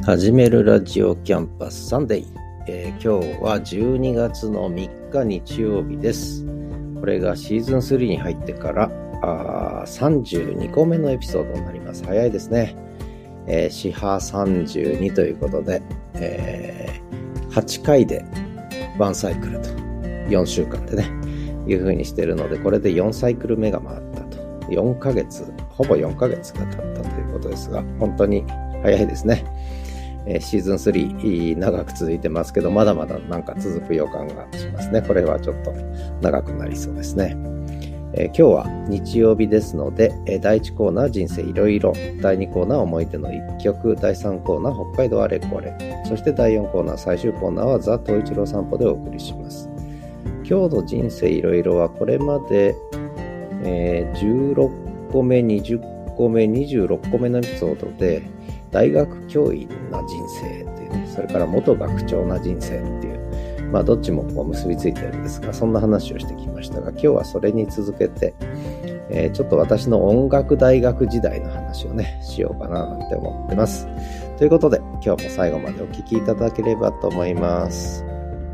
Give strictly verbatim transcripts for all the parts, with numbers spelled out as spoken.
始めるラジオキャンパスサンデー、えー、今日はじゅうにがつのみっか日曜日です。これがシーズンスリーに入ってからあさんじゅうにこめのエピソードになります。早いですね。えー、四波さんじゅうにということで、えー、はちかいでワンサイクルとよんしゅうかんでねいう風にしてるので、これでよんサイクル目が回ったと、よんかげつほぼよんかげつが経ったということですが、本当に早いですね。えー、シーズンスリー長く続いてますけど、まだまだなんか続く予感がしますね。これはちょっと長くなりそうですね。えー、今日は日曜日ですので、えー、だいいちコーナー人生いろいろ、だいにコーナー思い出のいっきょく、だいさんコーナー北海道あれこれ、そしてだいよんコーナー最終コーナーはザ・東一郎散歩でお送りします。今日の人生いろいろはこれまで、えー、じゅうろっこめ、にじゅっこめ、にじゅうろっこめのエピソードで大学教員な人生っていうね、それから元学長な人生っていう、まあどっちもこう結びついてるんですが、そんな話をしてきましたが、今日はそれに続けて、えー、ちょっと私の音楽大学時代の話をねしようかななんて思ってます。ということで今日も最後までお聞きいただければと思います。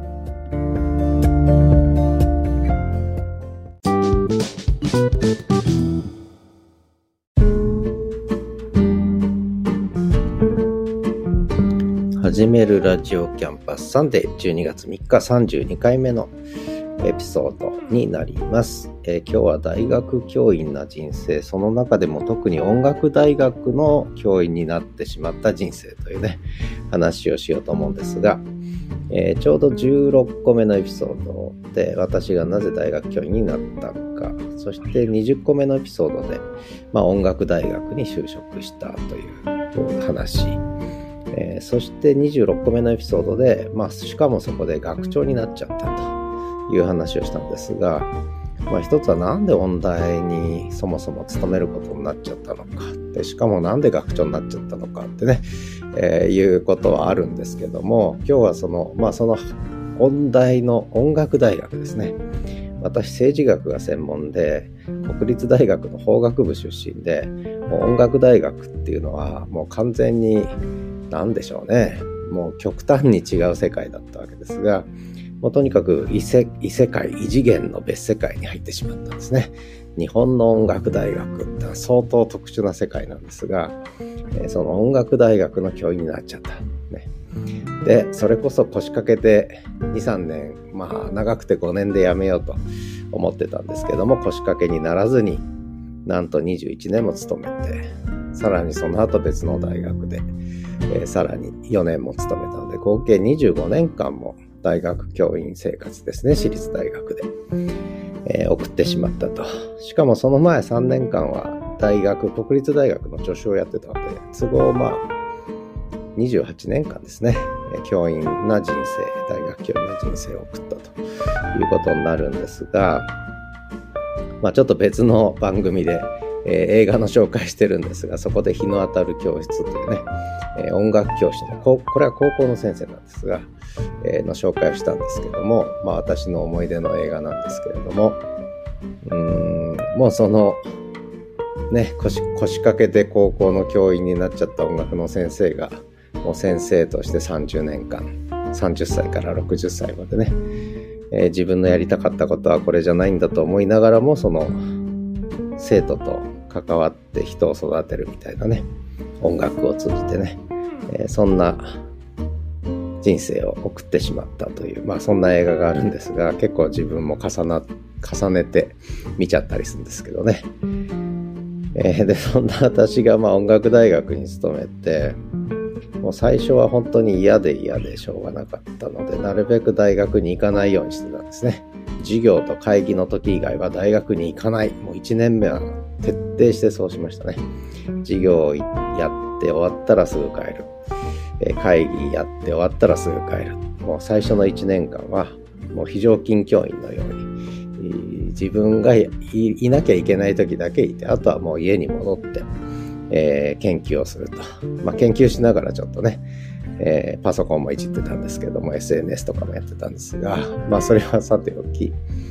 始めるラジオキャンパスサンデーじゅうにがつみっかさんじゅうにかいめのエピソードになります。えー、今日は大学教員な人生、その中でも特に音楽大学の教員になってしまった人生というね話をしようと思うんですが、えー、ちょうどじゅうろっこめのエピソードで私がなぜ大学教員になったのか、そしてにじゅっこめのエピソードで、まあ、音楽大学に就職したという話、えー、そしてにじゅうろっこめのエピソードで、まあ、しかもそこで学長になっちゃったという話をしたんですが、まあ、一つはなんで音大にそもそも勤めることになっちゃったのかで、しかもなんで学長になっちゃったのかってね、えー、いうことはあるんですけども、今日はそのまあその音大の音楽大学ですね。私政治学が専門で国立大学の法学部出身で、もう音楽大学っていうのはもう完全に何でしょうね、もう極端に違う世界だったわけですが、もうとにかく異世、異世界異次元の別世界に入ってしまったんですね。日本の音楽大学ってのは相当特殊な世界なんですが、えー、その音楽大学の教員になっちゃった、ね、でそれこそ腰掛けて にさんねん、まあ長くてごねんで辞めようと思ってたんですけども、腰掛けにならずになんとにじゅういちねんも勤めて、さらにその後別の大学で、えー、さらによねんも勤めたので、合計にじゅうごねんかんも大学教員生活ですね、私立大学で、えー、送ってしまったと。しかもその前さんねんかんは大学、国立大学の助手をやってたので、都合まあにじゅうはちねんかんですね、教員な人生、大学教員な人生を送ったということになるんですが、まあちょっと別の番組でえー、映画の紹介してるんですが、そこで日の当たる教室というね、えー、音楽教師のこれは高校の先生なんですが、えー、の紹介をしたんですけども、まあ私の思い出の映画なんですけれども、うーんもうそのね腰腰掛けて高校の教員になっちゃった音楽の先生が、もう先生としてさんじゅうねんかん、さんじゅっさいからろくじゅっさいまでね、えー、自分のやりたかったことはこれじゃないんだと思いながらも、その生徒と関わって人を育てるみたいなね、音楽を通じてね、えー、そんな人生を送ってしまったという、まあそんな映画があるんですが、結構自分も重な重ねて見ちゃったりするんですけどね、えー、でそんな私がまあ音楽大学に勤めて、もう最初は本当に嫌で嫌でしょうがなかったので、なるべく大学に行かないようにしてたんですね。授業と会議の時以外は大学に行かない。もういちねんめは徹底してそうしましたね。授業をやって終わったらすぐ帰る。え会議やって終わったらすぐ帰る。もう最初のいちねんかんはもう非常勤教員のように、自分が い, いなきゃいけない時だけいて、あとはもう家に戻って、えー、研究をすると。まあ研究しながらちょっとね、えー、パソコンもいじってたんですけども、 エスエヌエス とかもやってたんですが、まあそれはさておき、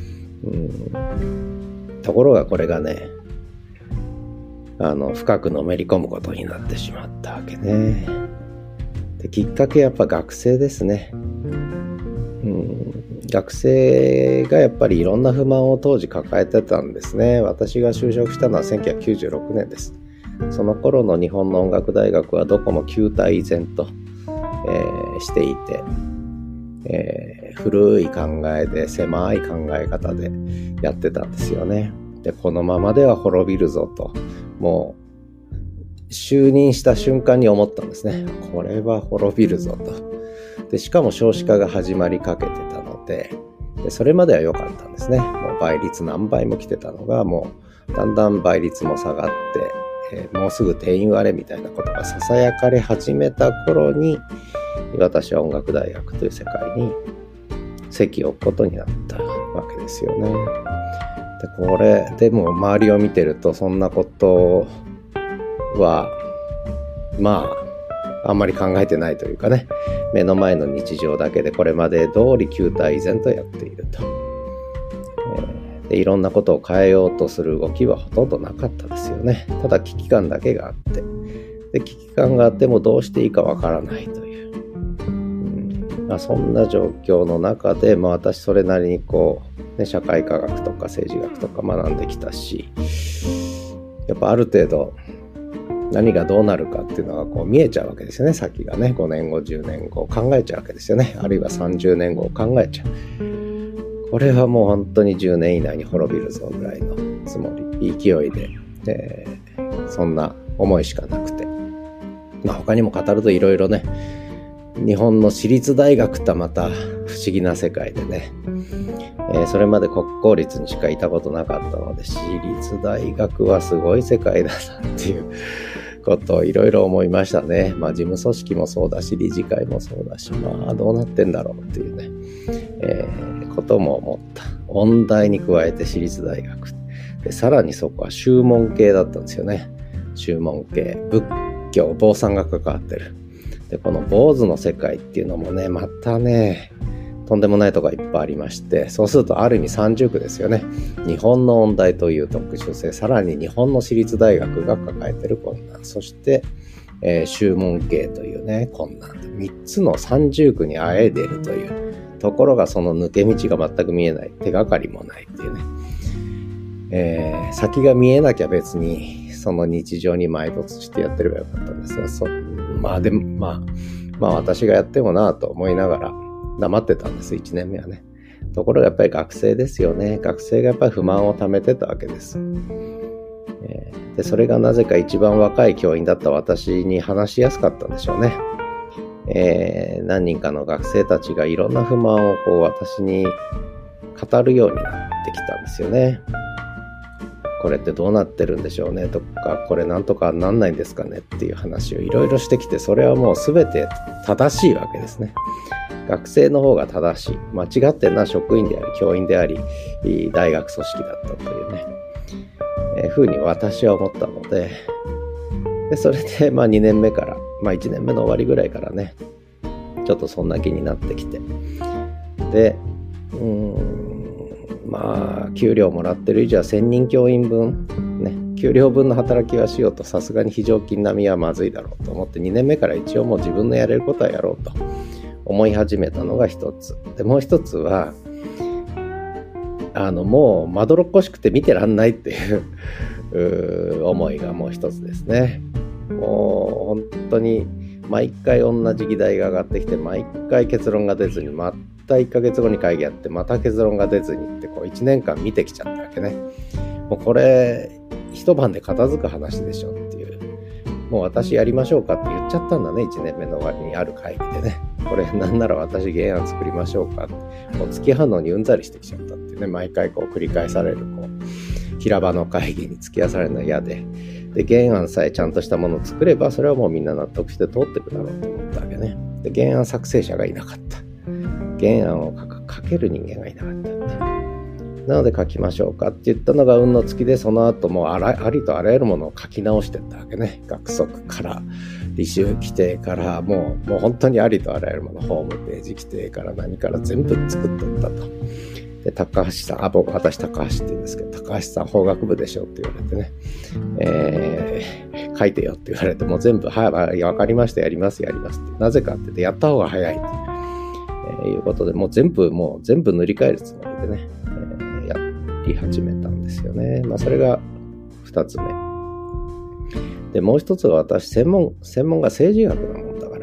うんところがこれがね、あの深くのめり込むことになってしまったわけね。 できっかけやっぱ学生ですね。うん、学生がやっぱりいろんな不満を当時抱えてたんですね。私が就職したのはせんきゅうひゃくきゅうじゅうろくねんです。その頃の日本の音楽大学はどこも旧態依然と、えー、していて、えー、古い考えで狭い考え方でやってたんですよね。で、このままでは滅びるぞと、もう就任した瞬間に思ったんですね。これは滅びるぞと。で、しかも少子化が始まりかけてたので、でそれまでは良かったんですね。もう倍率何倍も来てたのが、もうだんだん倍率も下がって、えー、もうすぐ定員割れみたいなことが囁かれ始めた頃に、私は音楽大学という世界に籍を置くことになったわけですよね。で、これでも周りを見てるとそんなことはまああんまり考えてないというかね、目の前の日常だけでこれまで通り旧態依然とやっていると、えー、でいろんなことを変えようとする動きはほとんどなかったですよね。ただ危機感だけがあって、で危機感があってもどうしていいかわからないという、うんまあ、そんな状況の中で、まあ、私それなりにこう、ね、社会科学とか政治学とか学んできたし、やっぱある程度何がどうなるかっていうのがこう見えちゃうわけですよね。先がね、ごねんごじゅうねんご考えちゃうわけですよね。あるいはさんじゅうねんごを考えちゃう。これはもう本当にじゅうねん以内に滅びるぞぐらいのつもり、勢いで、えー、そんな思いしかなくて、まあ他にも語るといろいろね、日本の私立大学ってまた不思議な世界でね、えー、それまで国公立にしかいたことなかったので、私立大学はすごい世界だなっていうことをいろいろ思いましたね。まあ事務組織もそうだし、理事会もそうだし、まあどうなってんだろうっていうね、えー、ことも思った。音大に加えて私立大学で、さらにそこは宗門系だったんですよね。宗門系、仏教、坊さんが関わってる。で、この坊主の世界っていうのもね、またね、とんでもないとこがいっぱいありまして、そうするとある意味三重苦ですよね。日本の音大という特殊性、さらに日本の私立大学が抱えている困難、そして、えー、宗門系というね、困難。三つの三重苦にあえいでいるというところが、その抜け道が全く見えない、手がかりもないっていうね。えー、先が見えなきゃ別にその日常に埋没してやってればよかったんですが、そまあでもまあまあ私がやってもなと思いながら黙ってたんです、いちねんめはね。ところがやっぱり学生ですよね。学生がやっぱり不満を溜めてたわけです。えー、でそれがなぜか一番若い教員だった私に話しやすかったんでしょうね。えー、何人かの学生たちがいろんな不満をこう私に語るようになってきたんですよね。これってどうなってるんでしょうねとか、これなんとかなんないんですかねっていう話をいろいろしてきて、それはもう全て正しいわけですね。学生の方が正しい。間違ってるのは職員であり、教員であり、大学組織だったというね、えー、ふうに私は思ったので、でそれでまあにねんめから、まあいちねんめの終わりぐらいからね、ちょっとそんな気になってきて、で、うーん、まあ給料もらってる以上はせんにん教員分ね、給料分の働きはしようと、さすがに非常勤並みはまずいだろうと思って、にねんめから一応もう自分のやれることはやろうと思い始めたのが一つで、もう一つはあのもうまどろっこしくて見てらんないっていうう思いがもう一つですね。もう本当に毎回同じ議題が上がってきて、毎回結論が出ずに、またいっかげつごに会議やって、また結論が出ずにってこういちねんかん見てきちゃったわけね。もうこれ一晩で片付く話でしょっていう、もう私やりましょうかって言っちゃったんだね、いちねんめの終わりにある会議でね。これなんなら私原案作りましょうかって、もう月半のにうんざりしてきちゃったっていうね。毎回こう繰り返されるこう平場の会議に付き合わされるのは嫌で、で原案さえちゃんとしたものを作れば、それはもうみんな納得して通ってくだろうと思ったわけね。で原案作成者がいなかった、原案を書く書ける人間がいなかったっていう。なので書きましょうかって言ったのが運の尽きで、その後もうあらありとあらゆるものを書き直していったわけね。学則から履修規定からもうもう本当にありとあらゆるもの、ホームページ規定から何から全部作っていったと。で高橋さん、あ僕私高橋って言うんですけど、高橋さん法学部でしょって言われてね、えー、 書いてよって言われて、もう全部、はい、わかりました、やります、やりますって。なぜかって言って、やった方が早いって、えー、いうことで、もう全部、もう全部塗り替えるつもりでね、えー、やり始めたんですよね。まあ、それが二つ目。で、もう一つは私、専門、専門が政治学なもんだから、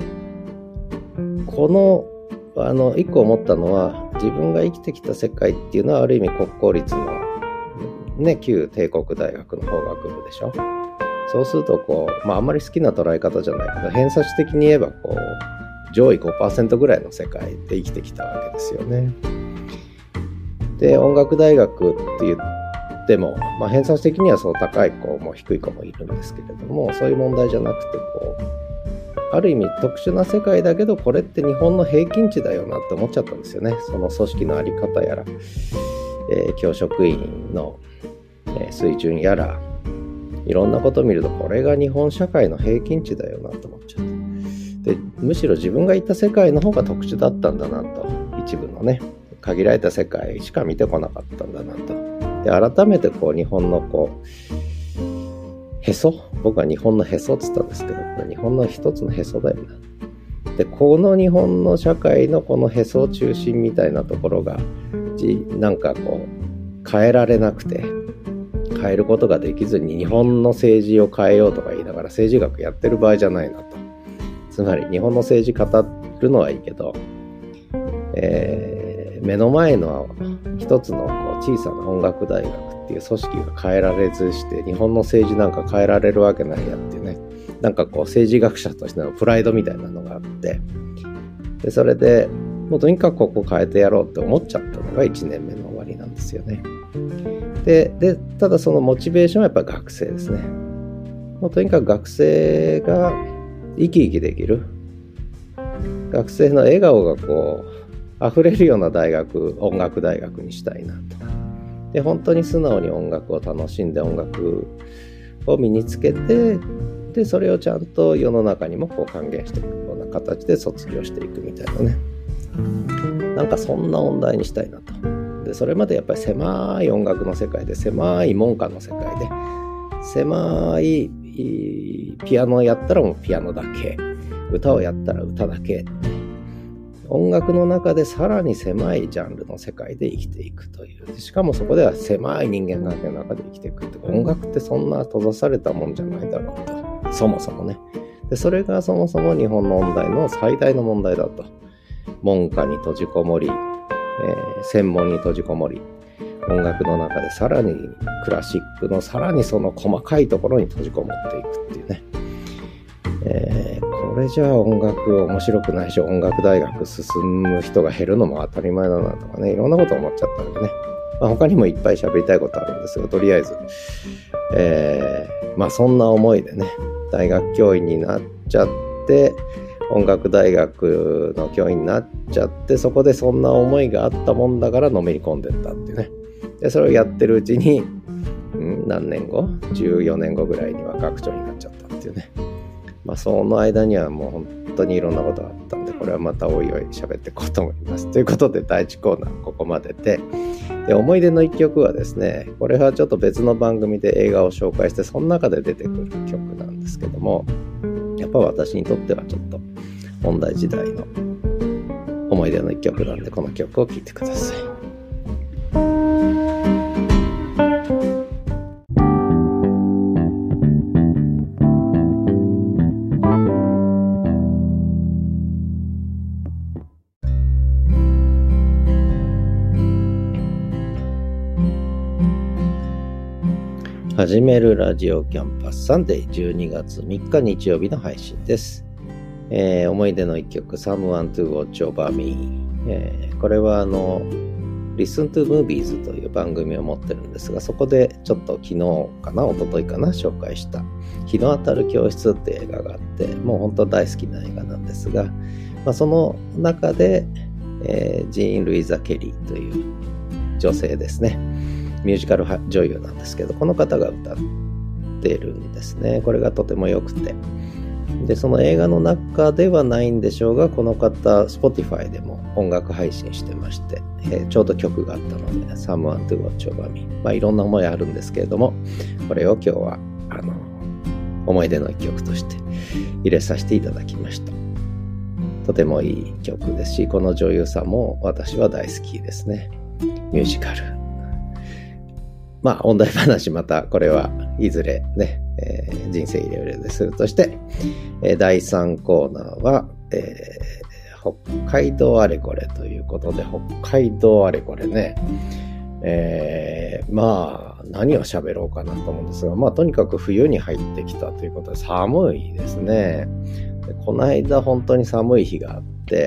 この、あの、一個思ったのは、自分が生きてきた世界っていうのは、ある意味国公立の、ね、旧帝国大学の法学部でしょ。そうすると、こう、まあ、あんまり好きな捉え方じゃないけど、偏差値的に言えば、こう、上位 ごパーセント ぐらいの世界で生きてきたわけですよね。で、音楽大学って言っても、まあ、偏差値的にはそう高い子も低い子もいるんですけれども、そういう問題じゃなくて、こう、ある意味特殊な世界だけど、これって日本の平均値だよなって思っちゃったんですよね。その組織のあり方やら、えー、教職員の、えー、水準やら、いろんなことを見ると、これが日本社会の平均値だよなと思っちゃった。で、むしろ自分がいた世界の方が特殊だったんだなと、一部のね、限られた世界しか見てこなかったんだなと。で、改めてこう日本のこうへそ、僕は日本のへそって言ったんですけど、これ日本の一つのへそだよな。で、この日本の社会のこのへそ中心みたいなところが、なんかこう変えられなくて、変えることができずに日本の政治を変えようとか言いながら政治学やってる場合じゃないなと。つまり日本の政治語るのはいいけど、えー、目の前の一つのこう小さな音楽大学っていう組織が変えられずして日本の政治なんか変えられるわけないやっていうね、なんかこう政治学者としてのプライドみたいなのがあって、でそれでもうとにかくここ変えてやろうって思っちゃったのがいちねんめの終わりなんですよね。で、でただそのモチベーションはやっぱり学生ですね。もうとにかく学生が生き生きできる、学生の笑顔がこう溢れるような大学、音楽大学にしたいなと。で、本当に素直に音楽を楽しんで音楽を身につけて、でそれをちゃんと世の中にもこう還元していくような形で卒業していくみたいなね、なんかそんな音大にしたいなと。でそれまでやっぱり狭い音楽の世界で、狭い門下の世界で、狭いピアノをやったらもうピアノだけ、歌をやったら歌だけ、音楽の中でさらに狭いジャンルの世界で生きていくという。しかもそこでは狭い人間関係の中で生きていくって、音楽ってそんな閉ざされたもんじゃないだろうと、そもそもね。でそれがそもそも日本の音大の最大の問題だと。門下に閉じこもり、えー、専門に閉じこもり、音楽の中でさらにクラシックのさらにその細かいところに閉じこもっていくっていうね、えー、これじゃあ音楽面白くないし、音楽大学進む人が減るのも当たり前だなとかね、いろんなこと思っちゃったわけね。まあ、他にもいっぱい喋りたいことあるんですが、とりあえず、えー、まあそんな思いでね、大学教員になっちゃって、音楽大学の教員になっちゃって、そこでそんな思いがあったもんだからのめり込んでったっていうね。でそれをやってるうちに、ん何年後じゅうよねんごぐらいには学長になっちゃったっていうね。まあその間にはもう本当にいろんなことがあったんで、これはまたおいおい喋っていこうと思います。ということでだいいちコーナーここまでで、で思い出の一曲はですね、これはちょっと別の番組で映画を紹介して、その中で出てくる曲なんですけども、やっぱ私にとってはちょっと音大時代の思い出の一曲なんで、この曲を聴いてください。始めるラジオキャンパスサンデーじゅうにがつみっか日曜日の配信です。えー、思い出の一曲 Someone to Watch Over Me、えー、これはあの Listen to Movies という番組を持ってるんですが、そこでちょっと昨日かな一昨日かな紹介した日の当たる教室っていう映画があって、もう本当大好きな映画なんですが、まあ、その中で、えー、ジーン・ルイザ・ケリーという女性ですね、ミュージカル女優なんですけど、この方が歌ってるんですね。これがとても良くて、でその映画の中ではないんでしょうが、この方 Spotify でも音楽配信してまして、えー、ちょうど曲があったので Someone to Watch Over Me、まあいろんな思いあるんですけれども、これを今日はあの思い出の一曲として入れさせていただきました。とてもいい曲ですし、この女優さんも私は大好きですね。ミュージカル。まあ、音大話またこれはいずれね、えー、人生いろいろでするとして、えー、だいさんコーナーは、えー、北海道あれこれということで、北海道あれこれね、えー、まあ何を喋ろうかなと思うんですが、まあとにかく冬に入ってきたということで寒いですね。でこの間本当に寒い日があって、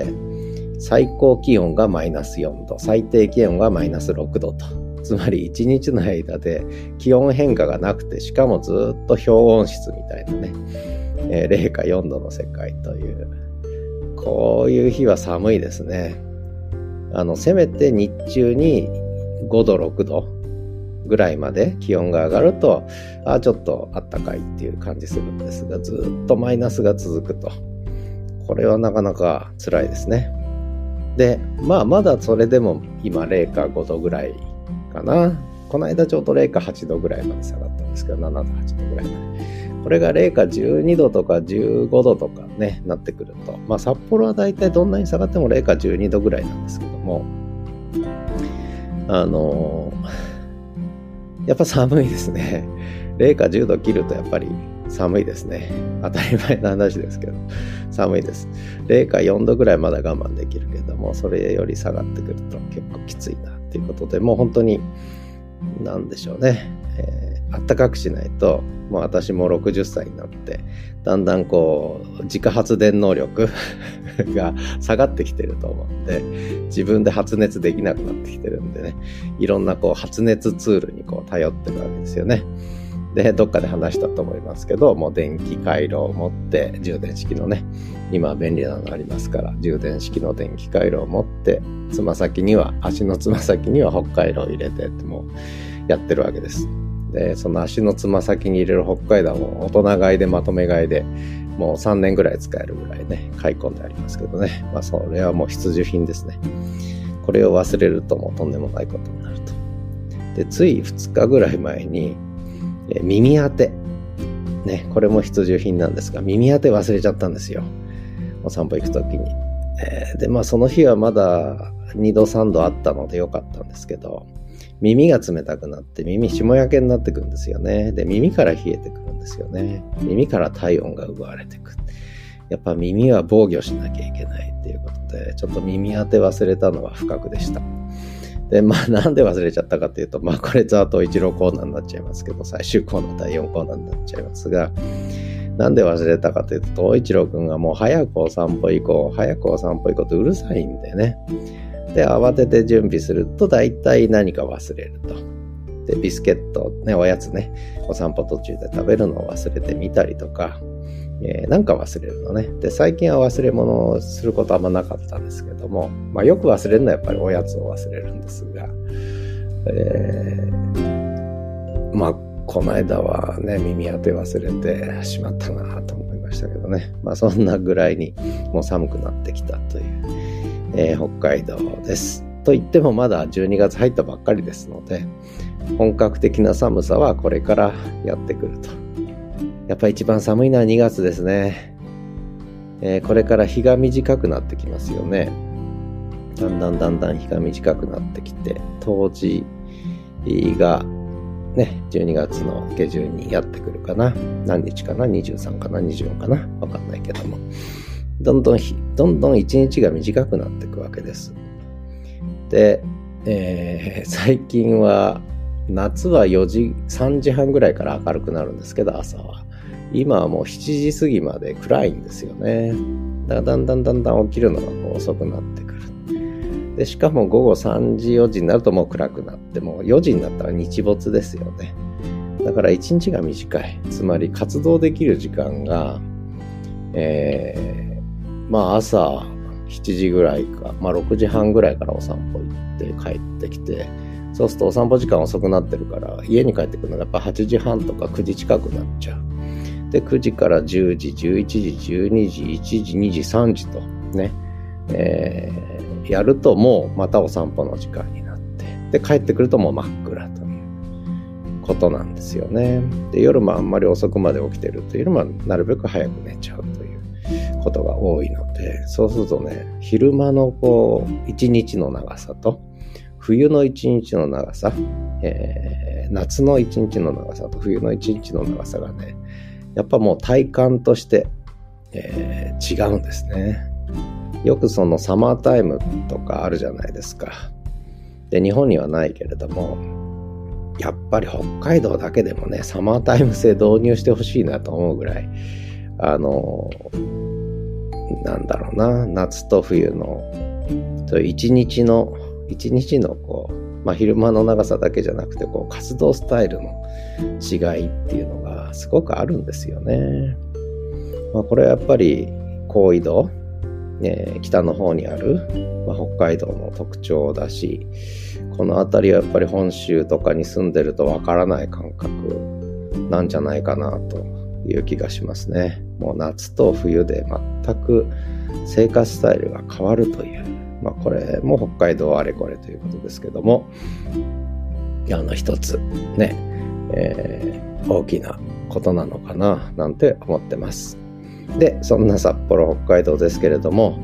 最高気温がマイナスよんど、最低気温がマイナスろくどと、つまりいちにちの間で気温変化がなくて、しかもずっと氷温室みたいなね、えー、零下よんどの世界という、こういう日は寒いですね。あのせめて日中にごどろくどぐらいまで気温が上がると、あちょっとあったかいっていう感じするんですが、ずっとマイナスが続くと、これはなかなか辛いですね。でまあまだそれでも今零下ごどぐらいかな。この間ちょうど零下はちどぐらいまで下がったんですけど、ななどはちどぐらいまで、これが零下じゅうにどとかじゅうごどとかねなってくると、まあ札幌はだいたいどんなに下がっても零下じゅうにどぐらいなんですけども、あのー、やっぱ寒いですね。零下じゅうど切るとやっぱり寒いですね。当たり前の話ですけど寒いです。零下よんどぐらいまだ我慢できるけども、それより下がってくると結構きついなっていうことで、もう本当になんでしょうね、えー、あったかくしないと、もう私もろくじゅっさいになってだんだんこう自家発電能力が下がってきてると思うんで、自分で発熱できなくなってきてるんでね、いろんなこう発熱ツールにこう頼ってるわけですよね。でどっかで話したと思いますけど、もう電気回路を持って充電式のね、今は便利なのありますから、充電式の電気回路を持ってつま先には足のつま先には北海道を入れてってもうやってるわけです。でその足のつま先に入れる北海道も大人買いでまとめ買いでもうさんねんぐらい使えるぐらいね買い込んでありますけどね、まあそれはもう必需品ですね。これを忘れるともうとんでもないことになると。でついふつかぐらい前にえ耳当てね、これも必需品なんですが、耳当て忘れちゃったんですよ、お散歩行くときに。えー、でまあその日はまだにどさんどあったのでよかったんですけど、耳が冷たくなって耳霜焼けになってくるんですよね。で耳から冷えてくるんですよね。耳から体温が奪われてくる。やっぱ耳は防御しなきゃいけないっていうことで、ちょっと耳当て忘れたのは不覚でした。でまあなんで忘れちゃったかというと、まあこれザート一郎コーナーになっちゃいますけど、最終コーナーだいよんコーナーになっちゃいますが、なんで忘れたかというと、東一郎くんがもう早くお散歩行こう早くお散歩行こうとうるさいんでね。で慌てて準備すると大体何か忘れると。でビスケットね、おやつね、お散歩途中で食べるのを忘れてみたりとか、えー、なんか忘れるのね。で最近は忘れ物をすることあんまなかったんですけども、まあよく忘れるのはやっぱりおやつを忘れるんですが、えー、まあこの間はね耳当て忘れてしまったなと思いましたけどね。まあそんなぐらいにもう寒くなってきたという、えー、北海道です。と言ってもまだじゅうにがつ入ったばっかりですので、本格的な寒さはこれからやってくると。やっぱり一番寒いのはにがつですね。えー、これから日が短くなってきますよね。だんだんだんだん日が短くなってきて、冬至がね、じゅうにがつの下旬にやってくるかな。何日かな ?にじゅうさんかな ?にじゅうよんかなわかんないけども。どんどん日、どんどん一日が短くなっていくわけです。で、えー、最近は夏はよじ、さんじはんぐらいから明るくなるんですけど、朝は。今はもうしちじ過ぎまで暗いんですよね。だからだんだんだんだん起きるのがこう遅くなってくる。で、しかも午後さんじ、よじになるともう暗くなって、もうよじになったら日没ですよね。だから一日が短い。つまり活動できる時間が、えー、まあ朝しちじぐらいか、まあろくじはんぐらいからお散歩行って帰ってきて、そうするとお散歩時間遅くなってるから、家に帰ってくるのがやっぱはちじはんとかくじ近くなっちゃう。で、くじからじゅうじ、じゅういちじ、じゅうにじ、いちじ、にじ、さんじとね、えー、やるともうまたお散歩の時間になって、で、帰ってくるともう真っ暗という。 ことなんですよね。で、夜もあんまり遅くまで起きてるというよりもなるべく早く寝ちゃうということが多いので、そうするとね、昼間のこう一日の長さと冬の一日の長さ、えー、夏の一日の長さと冬の一日の長さがね、やっぱもう体感として、えー、違うんですね。よくそのサマータイムとかあるじゃないですか。で、日本にはないけれども、やっぱり北海道だけでもね、サマータイム制導入してほしいなと思うぐらい、あのなんだろうな、夏と冬の一日の一日のこう、まあ、昼間の長さだけじゃなくてこう活動スタイルの違いっていうのがすごくあるんですよね。まあ、これはやっぱり高緯度、ね、北の方にある、まあ、北海道の特徴だし、この辺りはやっぱり本州とかに住んでるとわからない感覚なんじゃないかなという気がしますね。もう夏と冬で全く生活スタイルが変わるという、まあこれも北海道あれこれということですけども、あの一つね、えー、大きなことなのかななんて思ってます。で、そんな札幌北海道ですけれども、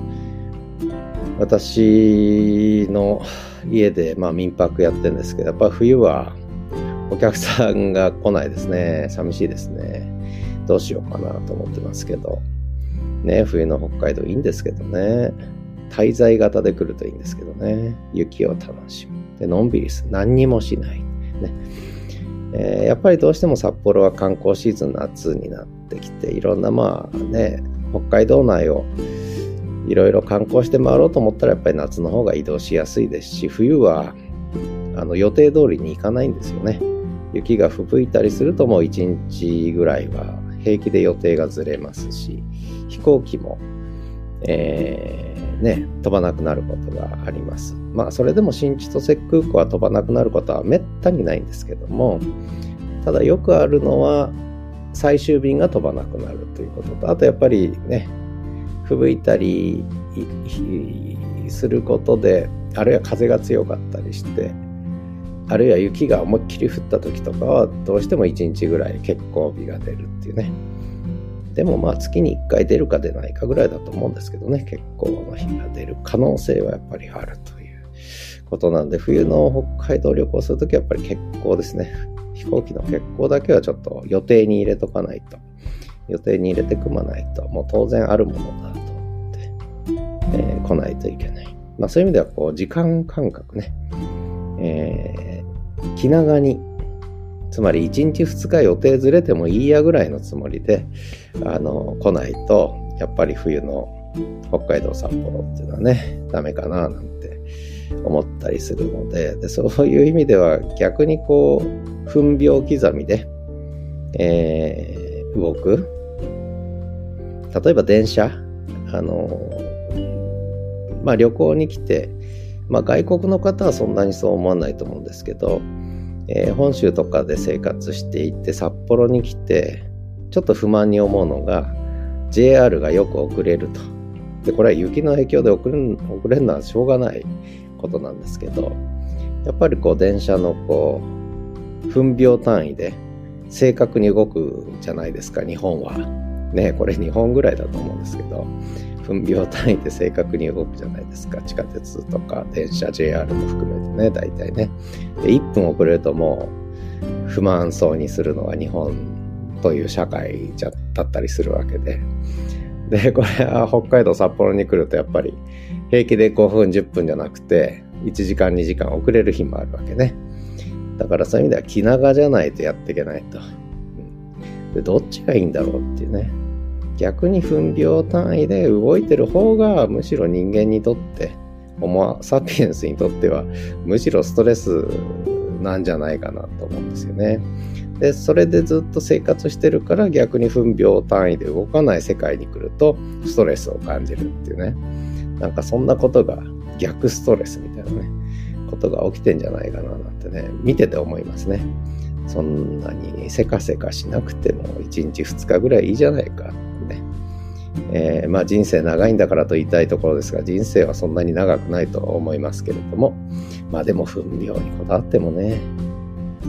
私の家でまあ民泊やってるんですけど、やっぱ冬はお客さんが来ないですね。寂しいですね。どうしようかなと思ってますけどね。冬の北海道いいんですけどね。滞在型で来るといいんですけどね。雪を楽しむ。で、のんびりする。何にもしない。ね。えー、やっぱりどうしても札幌は観光シーズン夏になってきて、いろんなまあね、北海道内をいろいろ観光して回ろうと思ったらやっぱり夏の方が移動しやすいですし、冬はあの予定通りに行かないんですよね。雪が吹雪いたりするともういちにちぐらいは平気で予定がずれますし、飛行機も、えーね、飛ばなくなることがあります。まあそれでも新千歳空港は飛ばなくなることはめったにないんですけども、ただよくあるのは最終便が飛ばなくなるということと、あとやっぱりね、吹雪いたりすることで、あるいは風が強かったりして、あるいは雪が思いっきり降った時とかはどうしてもいちにちぐらい欠航日が出るっていうね。でもまあ月にいっかい出るか出ないかぐらいだと思うんですけどね、欠航の日が出る可能性はやっぱりあるということなんで、冬の北海道旅行するときはやっぱり欠航ですね。飛行機の欠航だけはちょっと予定に入れとかないと、予定に入れて組まないと、もう当然あるものだと思って、えー、来ないといけない。まあそういう意味ではこう時間感覚ね、えー、気長に、つまりいちにちふつか予定ずれてもいいやぐらいのつもりであの来ないと、やっぱり冬の北海道札幌っていうのはねダメかななんて思ったりするの で, でそういう意味では逆にこう分秒刻みで、えー、動く、例えば電車、あのまあ旅行に来て、まあ外国の方はそんなにそう思わないと思うんですけど、えー、本州とかで生活していて札幌に来てちょっと不満に思うのが ジェイアール がよく遅れると。でこれは雪の影響で遅れる、遅れるのはしょうがないことなんですけど、やっぱりこう電車のこう分秒単位で正確に動くじゃないですか、日本はね。これ日本ぐらいだと思うんですけど、分秒単位で正確に動くじゃないですか。地下鉄とか電車 ジェイアール も含めてね、大体ね。でいっぷん遅れるともう不満そうにするのは日本という社会じゃだったりするわけで、でこれは北海道札幌に来るとやっぱり平気でごふんじゅっぷんじゃなくていちじかんにじかん遅れる日もあるわけね。だからそういう意味では気長じゃないとやっていけないと。でどっちがいいんだろうっていうね。逆に分秒単位で動いてる方がむしろ人間にとって、ホモ・サピエンスにとってはむしろストレスなんじゃないかなと思うんですよね。でそれでずっと生活してるから逆に分秒単位で動かない世界に来るとストレスを感じるっていうね。なんかそんなことが逆ストレスみたいなねことが起きてんじゃないかななんてね、見てて思いますね。そんなにせかせかしなくてもいちにちふつかぐらいいいじゃないか。えー、まあ人生長いんだからと言いたいところですが、人生はそんなに長くないと思いますけれども、まあでも分秒にこだわってもね、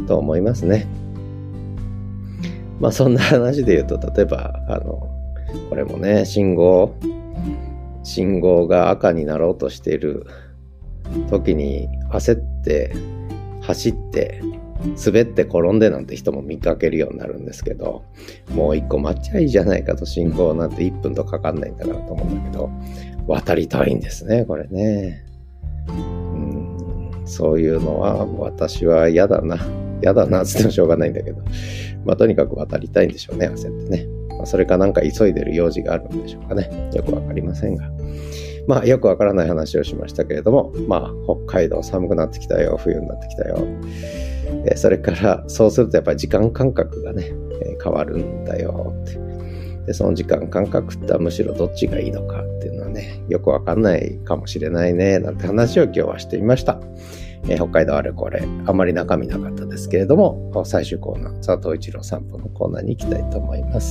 と思いますね。まあそんな話で言うと、例えばあのこれもね、信号信号が赤になろうとしている時に焦って走って滑って転んでなんて人も見かけるようになるんですけど、もう一個待っちゃいいじゃないかと、信号なんていっぷんとかかんないんだからと思うんだけど、渡りたいんですね、これね。うん、そういうのは私は嫌だな嫌だなって言ってもしょうがないんだけど、まあとにかく渡りたいんでしょうね、焦ってね。まあ、それかなんか急いでる用事があるんでしょうかね。よくわかりませんが、まあよくわからない話をしましたけれども、まあ北海道寒くなってきたよ、冬になってきたよ。えー、それからそうするとやっぱり時間感覚がね、えー、変わるんだよって。でその時間感覚ってむしろどっちがいいのかっていうのはね、よくわかんないかもしれないねなんて話を今日はしてみました。えー、北海道あれこれあまり中身なかったですけれども、最終コーナー、佐藤一郎散歩のコーナーに行きたいと思います。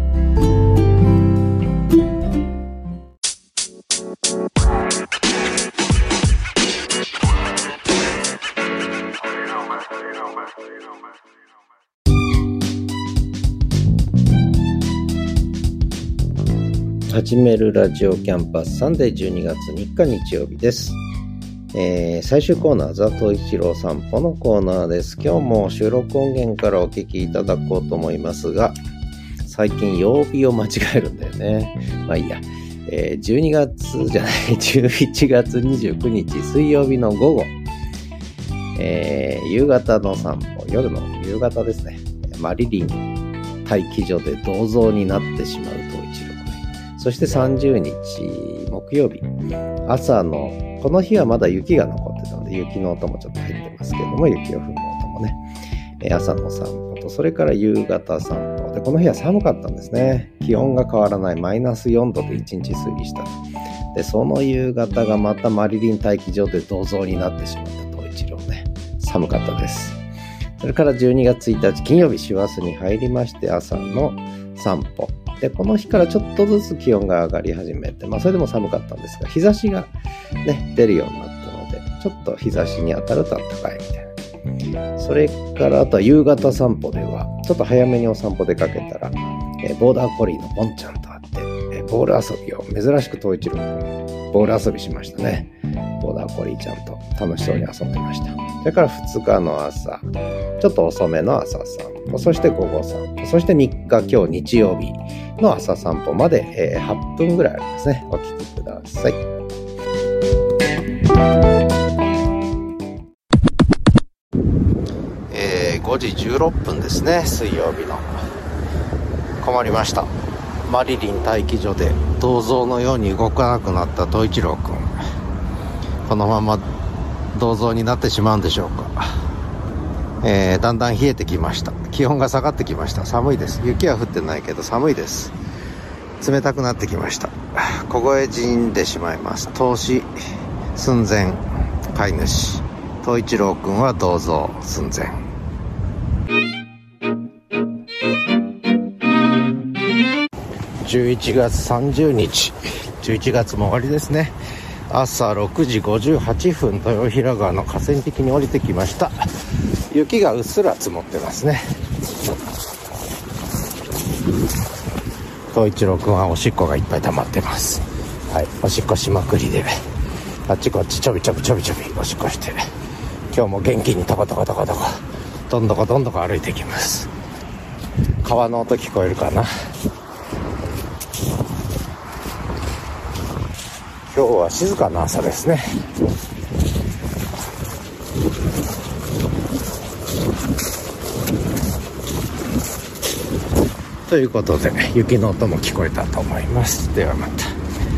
始めるラジオキャンパスサンデーじゅうにがつみっか日曜日です。えー、最終コーナー、佐藤一郎散歩のコーナーです。今日も収録音源からお聞きいただこうと思いますが、最近曜日を間違えるんだよね。まあいいや、えー、じゅうにがつじゃないじゅういちがつにじゅうくにち水曜日の午後、えー、夕方の散歩、夜の夕方ですね。マリリン待機所で銅像になってしまう東一郎ね。そしてさんじゅうにち木曜日、朝のこの日はまだ雪が残ってたので、雪の音もちょっと入ってますけれども、雪を踏む音もね、朝の散歩と、それから夕方散歩で、この日は寒かったんですね。気温が変わらないマイナスよんどでいちにち過ぎした。で、その夕方がまたマリリン待機場で銅像になってしまった東一郎ね。寒かったです。それからじゅうにがつついたち金曜日、師走に入りまして、朝の散歩で、この日からちょっとずつ気温が上がり始めて、まあそれでも寒かったんですが、日差しがね出るようになったので、ちょっと日差しに当たると暖かいみたいな。それからあとは夕方散歩ではちょっと早めにお散歩出かけたら、えー、ボーダーコリーのボンちゃんと会って、えー、ボール遊びを珍しく東一郎君ボール遊びしましたね。ボーダーコリーちゃんと楽しそうに遊んでました。それからふつかの朝、ちょっと遅めの朝散歩、そして午後散歩、そしてみっか、今日日曜日の朝散歩まで、えー、はっぷんぐらいありますね。お聞きください。えー、ごじじゅうろっぷんですね、水曜日の。困りました。マリリン待機所で銅像のように動かなくなった東一郎くん、このまま銅像になってしまうんでしょうか。えー、だんだん冷えてきました。気温が下がってきました。寒いです。雪は降ってないけど寒いです。冷たくなってきました。凍え死んでしまいます。投資寸前飼い主東一郎くんは銅像寸前。じゅういちがつさんじゅうにち、じゅういちがつも終わりですね。朝ろくじごじゅうはっぷん、豊平川の河川敷に降りてきました。雪がうっすら積もってますね。東一郎くんはおしっこがいっぱい溜まってます。はい、おしっこしまくりであっちこっちちょびちょびちょびちょびおしっこして、今日も元気にトコトコトコトコどんどこどんどこ歩いていきます。川の音聞こえるかな。今日は静かな朝ですね。ということで雪の音も聞こえたと思います。ではまた。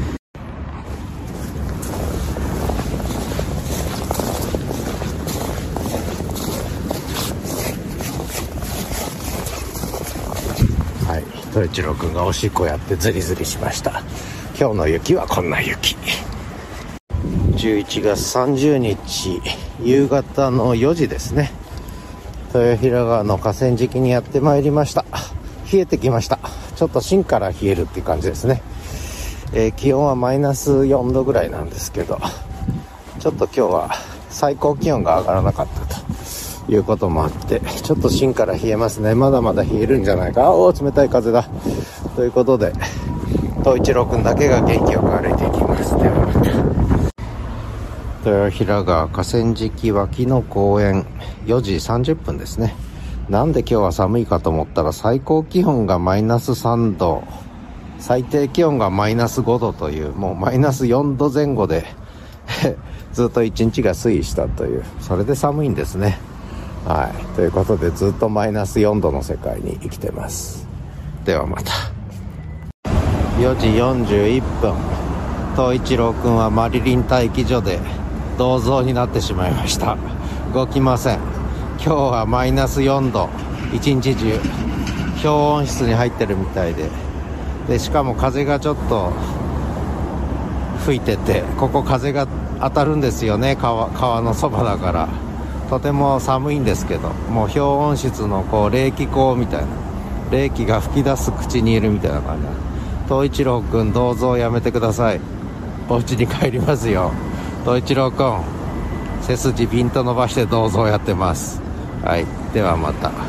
はい、東一郎くんがおしっこやってズリズリしました。今日の雪はこんな雪。じゅういちがつさんじゅうにち夕方のよじですね。豊平川の河川敷にやってまいりました。冷えてきました。ちょっと芯から冷えるっていう感じですね。えー、気温はマイナスよんどぐらいなんですけど、ちょっと今日は最高気温が上がらなかったということもあって、ちょっと芯から冷えますね。まだまだ冷えるんじゃないか。おー、冷たい風だ。ということで、東一郎くんだけが元気よく歩いていきます。ではまた。豊平川河川敷脇の公園、よじさんじゅっぷんですね。なんで今日は寒いかと思ったら、最高気温がマイナスさんど、最低気温がマイナスごどという、もうマイナスよんどぜん後でずっと一日が推移したという、それで寒いんですね。はい、ということでずっとマイナスよんどの世界に生きてます。ではまた。よじよんじゅういっぷん、東一郎くんはマリリン待機所で銅像になってしまいました。動きません。今日はマイナスよんど、一日中氷温室に入ってるみたいで、でしかも風がちょっと吹いてて、ここ風が当たるんですよね。 川, 川のそばだからとても寒いんですけど、もう氷温室のこう冷気口みたいな、冷気が吹き出す口にいるみたいな感じ。東一郎くん、銅像やめてください。お家に帰りますよ。東一郎くん、背筋ピンと伸ばして銅像やってます。はい、ではまた。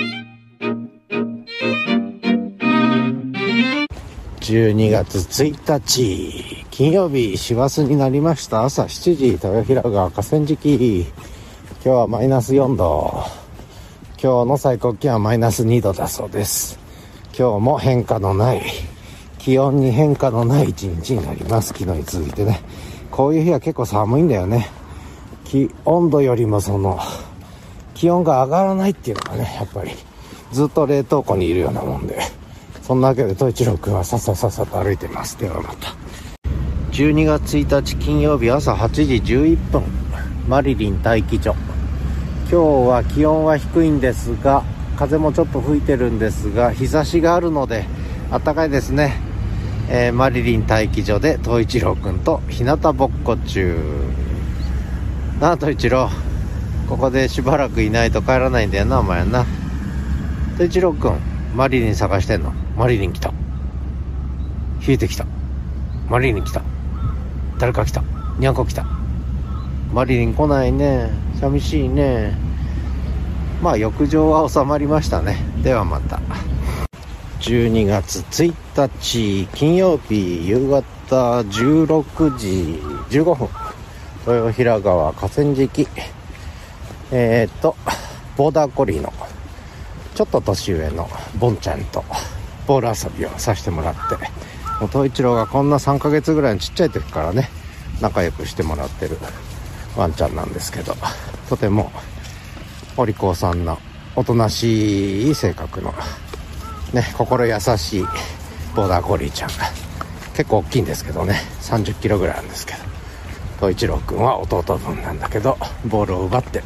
じゅうにがつついたち金曜日、師走になりました。朝しちじ、豊平川河川敷、今日はマイナスよんど、今日の最高気温はマイナスにどだそうです。今日も変化のない、気温に変化のない一日になります。昨日に続いてね、こういう日は結構寒いんだよね。気温度よりもその気温が上がらないっていうのがね、やっぱりずっと冷凍庫にいるようなもんで、そんなわけで東一郎くんはさっささっさと歩いてます。ではまた。じゅうにがつついたち金曜日、朝はちじじゅういっぷん、マリリン待機所。今日は気温は低いんですが、風もちょっと吹いてるんですが、日差しがあるので暖かいですね。えー、マリリン待機所で東一郎くんと日向ぼっこ中なあ。東一郎、ここでしばらくいないと帰らないんだよな、お前な。東一郎くん、マリリン探してんの？マリリン来た。冷えてきた。マリリン来た。誰か来た。にゃんこ来た。マリリン来ないね。寂しいね。まあ浴場は収まりましたね。ではまた。じゅうにがつついたち金曜日、夕方じゅうろくじじゅうごふん、豊平川河川敷、えーとボーダーコリーのちょっと年上のボンちゃんとボール遊びをさせてもらって、もう東一郎がこんなさんかげつぐらいのちっちゃい時からね、仲良くしてもらってるワンちゃんなんですけど、とてもお利口さんなおとなしい性格のね、心優しいボーダーコリーちゃん。結構大きいんですけどね、さんじゅっキロぐらいあるんですけど、東一郎くんは弟分なんだけど、ボールを奪って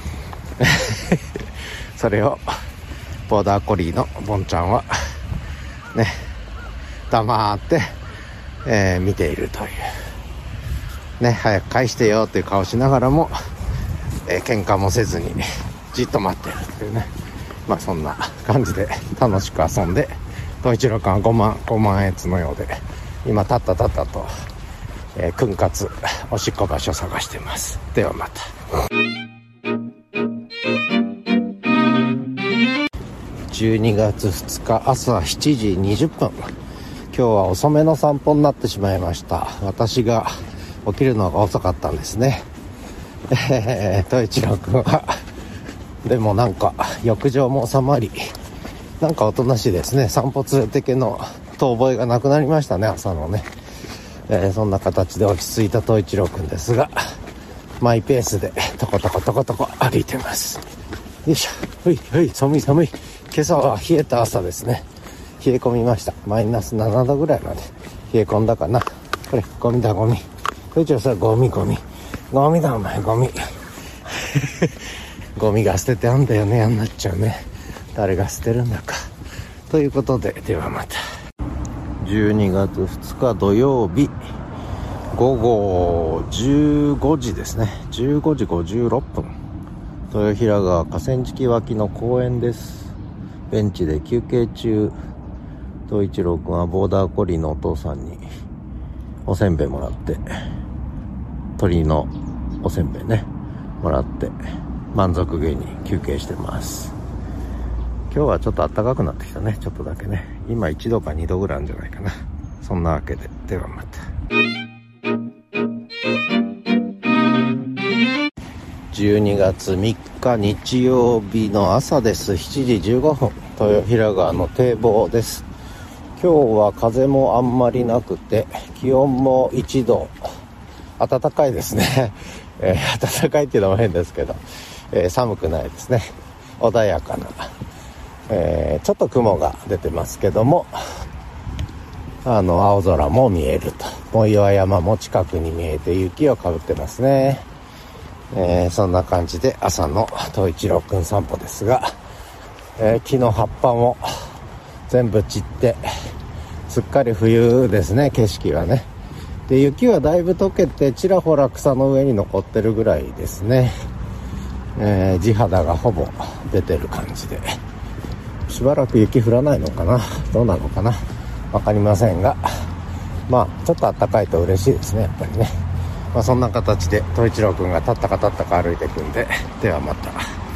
それをボーダーコリーのボンちゃんはね、黙って、えー、見ているというね、早く返してよっていう顔しながらも、えー、喧嘩もせずにじっと待ってるっていうね、まあそんな感じで楽しく遊んで、東一郎くんはごまんごまんえつのようで、今たったたったと、えー、訓活おしっこ場所探してます。ではまた。じゅうにがつふつか朝しちじにじゅっぷん、今日は遅めの散歩になってしまいました。私が起きるのが遅かったんですね。えー、東一郎くんはでもなんか浴場も収まり、なんかおとなしいですね。散歩連れてけの遠吠えがなくなりましたね、朝のね。えー、そんな形で落ち着いた東一郎くんですが、マイペースでトコトコトコトコ歩いてます。よいしょ。ほいほい、寒い寒い。今朝は冷えた朝ですね。冷え込みました。マイナスななどぐらいまで冷え込んだかな。これゴミだ、ゴミ。東一郎さん、ゴミゴミゴミだ、お前ゴミゴミが捨ててあんだよね、あんなっちゃうね。誰が捨てるんだか。ということで、ではまた。じゅうにがつふつか土曜日、ごごじゅうごじですね。じゅうごじごじゅうろっぷん、豊平川河川敷脇の公園です。ベンチで休憩中、東一郎くんはボーダーコリーのお父さんにおせんべいもらって、鶏のおせんべいねもらって、 満足げに休憩してます。今日はちょっと暖かくなってきたね。ちょっとだけね。今いちどかにどぐらいあるんじゃないかな。そんなわけで、ではまた。じゅうにがつみっか日曜日の朝です。しちじじゅうごふん、豊平川の堤防です。今日は風もあんまりなくて、気温もいちど、暖かいですね。えー、暖かいっていうのも変ですけど、えー、寒くないですね。穏やかな、えー、ちょっと雲が出てますけども、あの青空も見えると。藻岩山も近くに見えて雪をかぶってますね。えー、そんな感じで朝の東一郎くん散歩ですが、えー、木の葉っぱも全部散ってすっかり冬ですね。景色はね。で、雪はだいぶ溶けてちらほら草の上に残ってるぐらいですね。えー、地肌がほぼ出てる感じで、しばらく雪降らないのかな、どうなのかな、わかりませんが、まあちょっと暖かいと嬉しいですね、やっぱりね。まあそんな形で東一郎くんが立ったか立ったか歩いていくんで、ではまた。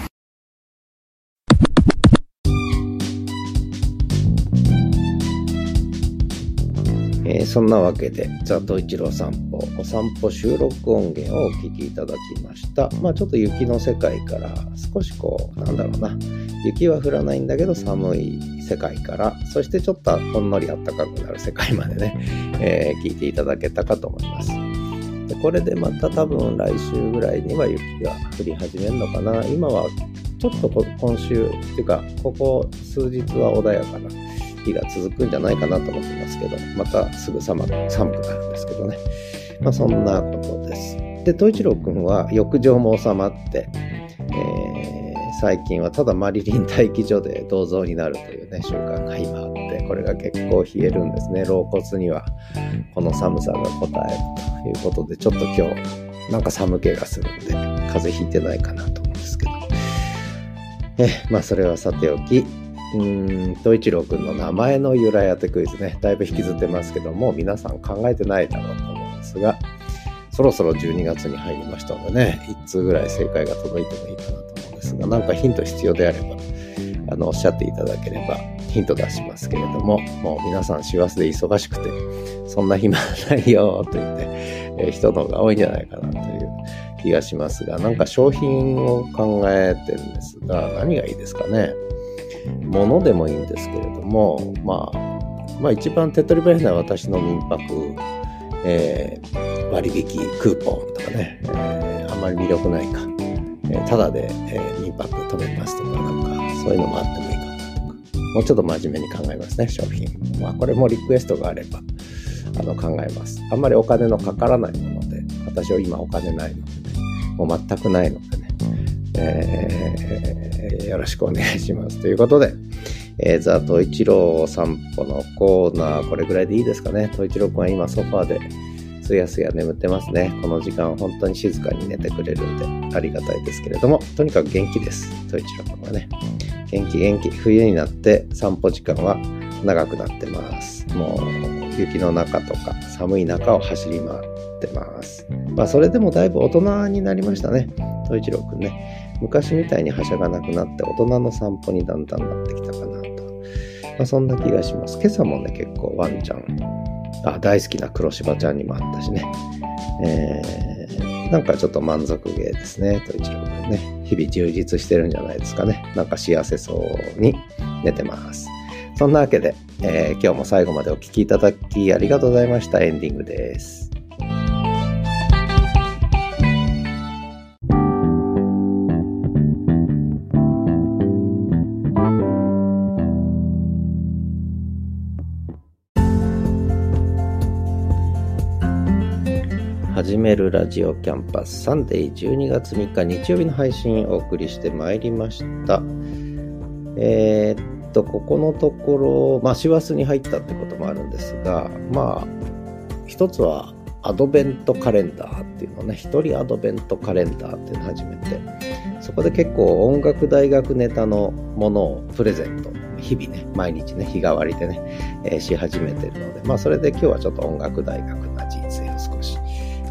えー、そんなわけでザ・東一郎散歩お散歩収録音源をお聞きいただきました。まあちょっと雪の世界から少しこうなんだろうな、雪は降らないんだけど寒い世界から、そしてちょっとほんのり暖かくなる世界までね、えー、聞いていただけたかと思います。でこれでまた多分来週ぐらいには雪が降り始めるのかな。今はちょっと今週っていうかここ数日は穏やかな日が続くんじゃないかなと思ってますけど、またすぐ寒く、寒くなるんですけどね。まあそんなことです。で、東一郎くんは浴場も収まって、えー、最近はただマリリン待機所で銅像になるというね習慣が今あって、これが結構冷えるんですね。老骨にはこの寒さが応えるということで、ちょっと今日なんか寒気がするんで風邪ひいてないかなと思うんですけど、えまあそれはさておき、うーん東一郎くんの名前の由来当てクイズね、だいぶ引きずってますけども、皆さん考えてないだろうと思うんですが、そろそろじゅうにがつに入りましたのでね、いっつうぐらい正解が届いてもいいかなと思うんですが、なんかヒント必要であればあのおっしゃっていただければヒント出しますけれども、もう皆さん師走で忙しくてそんな暇ないよと言って、えー、人の方が多いんじゃないかなという気がしますが、なんか商品を考えてるんですが、何がいいですかね。ものでもいいんですけれども、まあ、まあ一番手っ取り早いのは私の民泊、えー、割引クーポンとかね、えー、あんまり魅力ないか、えー、ただで、えー、民泊泊めますとか、なんかそういうのもあってもいいかなとか、もうちょっと真面目に考えますね。商品、まあこれもリクエストがあればあの考えます。あんまりお金のかからないもので、私は今お金ないので、ね、もう全くないのでね、えー、よろしくお願いしますということで、えー、ザ・東一郎散歩のコーナー、これぐらいでいいですかね。東一郎くんは今ソファーですやすや眠ってますね。この時間本当に静かに寝てくれるんでありがたいですけれども、とにかく元気です。東一郎くんはね、元気元気。冬になって散歩時間は長くなってます。もう雪の中とか寒い中を走り回ってます。まあそれでもだいぶ大人になりましたね、東一郎くんね。昔みたいにはしゃがなくなって大人の散歩にだんだんなってきたかなと、まあ、そんな気がします。今朝もね結構ワンちゃん、あ大好きな黒柴ちゃんにもあったしね、えー、なんかちょっと満足げですね、東一郎くんね。日々充実してるんじゃないですかね。なんか幸せそうに寝てます。そんなわけで、えー、今日も最後までお聞きいただきありがとうございました。エンディングです。始めるラジオキャンパスサンデーじゅうにがつみっか日曜日の配信をお送りしてまいりました。えー、っとここのところ、まあ師走に入ったってこともあるんですが、まあ一つはアドベントカレンダーっていうのね、一人アドベントカレンダーっていうのを始めて、そこで結構音楽大学ネタのものをプレゼント日々ね、毎日ね、日替わりでね、えー、し始めてるので、まあそれで今日はちょっと音楽大学な人生を少し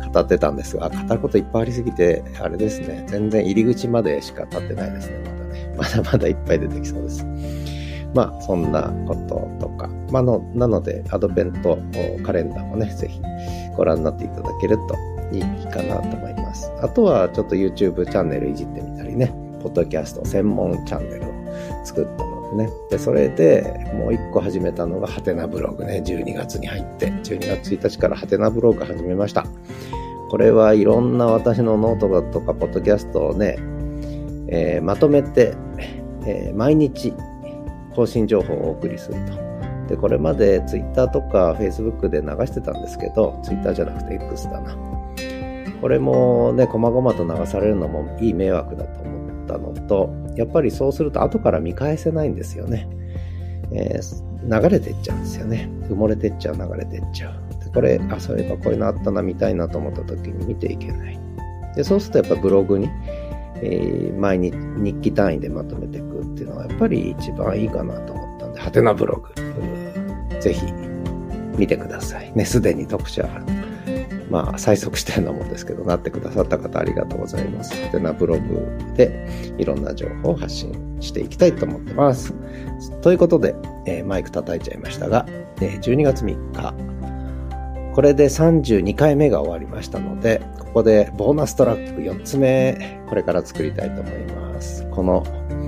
語ってたんですが、語ることいっぱいありすぎて、あれですね、全然入り口までしか立ってないですね、まだね。まだまだいっぱい出てきそうです。まあ、そんなこととか、まあの、なので、アドベントカレンダーもね、ぜひご覧になっていただけるといいかなと思います。あとは、ちょっと YouTube チャンネルいじってみたりね、ポッドキャスト専門チャンネルを作ったのでね。で、それでもう一個始めたのがハテナブログね。じゅうにがつに入って、じゅうにがつついたちからハテナブログ始めました。これはいろんな私のノートだとか、ポッドキャストをね、えー、まとめて、えー、毎日更新情報をお送りすると。で、これまで Twitter とか Facebook で流してたんですけど、Twitter じゃなくて X だな。これもね、細々と流されるのもいい迷惑だと思ったのと、やっぱりそうすると後から見返せないんですよね。えー、流れてっちゃうんですよね。埋もれてっちゃう、流れてっちゃう。でこれ、あ、そういえばこういうのあったな、見たいなと思った時に見ていけない。で、そうするとやっぱブログに、えー、毎日日記単位でまとめていくっていうのはやっぱり一番いいかなと思ったんで、ハテナブログ、ぜひ見てください。ね、すでに読者、まあ、催促したようなもんですけど、なってくださった方ありがとうございます。ハテナブログでいろんな情報を発信していきたいと思ってます。ということで、えー、マイク叩いちゃいましたが、えー、じゅうにがつみっか、これでさんじゅうにかいめが終わりましたので、ここでボーナストラックよっつめ、これから作りたいと思います。この、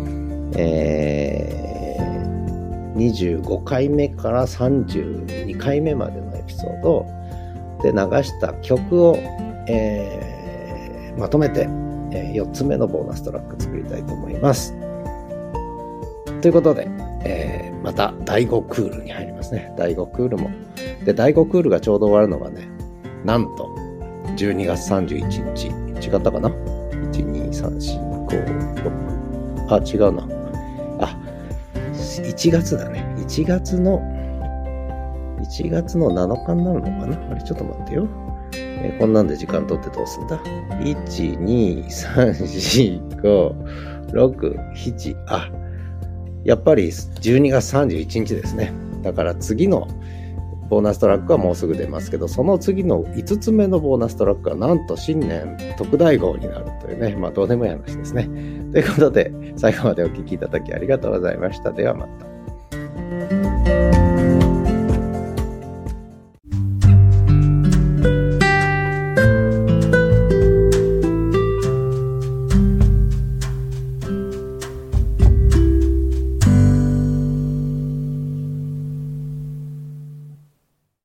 えー、にじゅうごかいめからさんじゅうにかいめまでのエピソードで流した曲を、えー、まとめて、えー、よっつめのボーナストラック作りたいと思います。ということで、えー、まただいごクールに入りますね。だいごクールも。で、だいごクールがちょうど終わるのがね、なんとじゅうにがつさんじゅういちにち。違ったかな ?いち、に、さん、よん、ご、ろく。あ、違うな。あ、いちがつだね。いちがつの、いちがつのなのかになるのかな。あれ、ちょっと待ってよ。えー、こんなんで時間取ってどうすんだ ?いち、に、さん、よん、ご、ろく、なな。あ、やっぱりじゅうにがつさんじゅういちにちですね。だから次のボーナストラックはもうすぐ出ますけど、その次のいつつめのボーナストラックはなんと新年特大号になるというね、まあどうでもいい話ですね。ということで、最後までお聞きいただきありがとうございました。ではまた。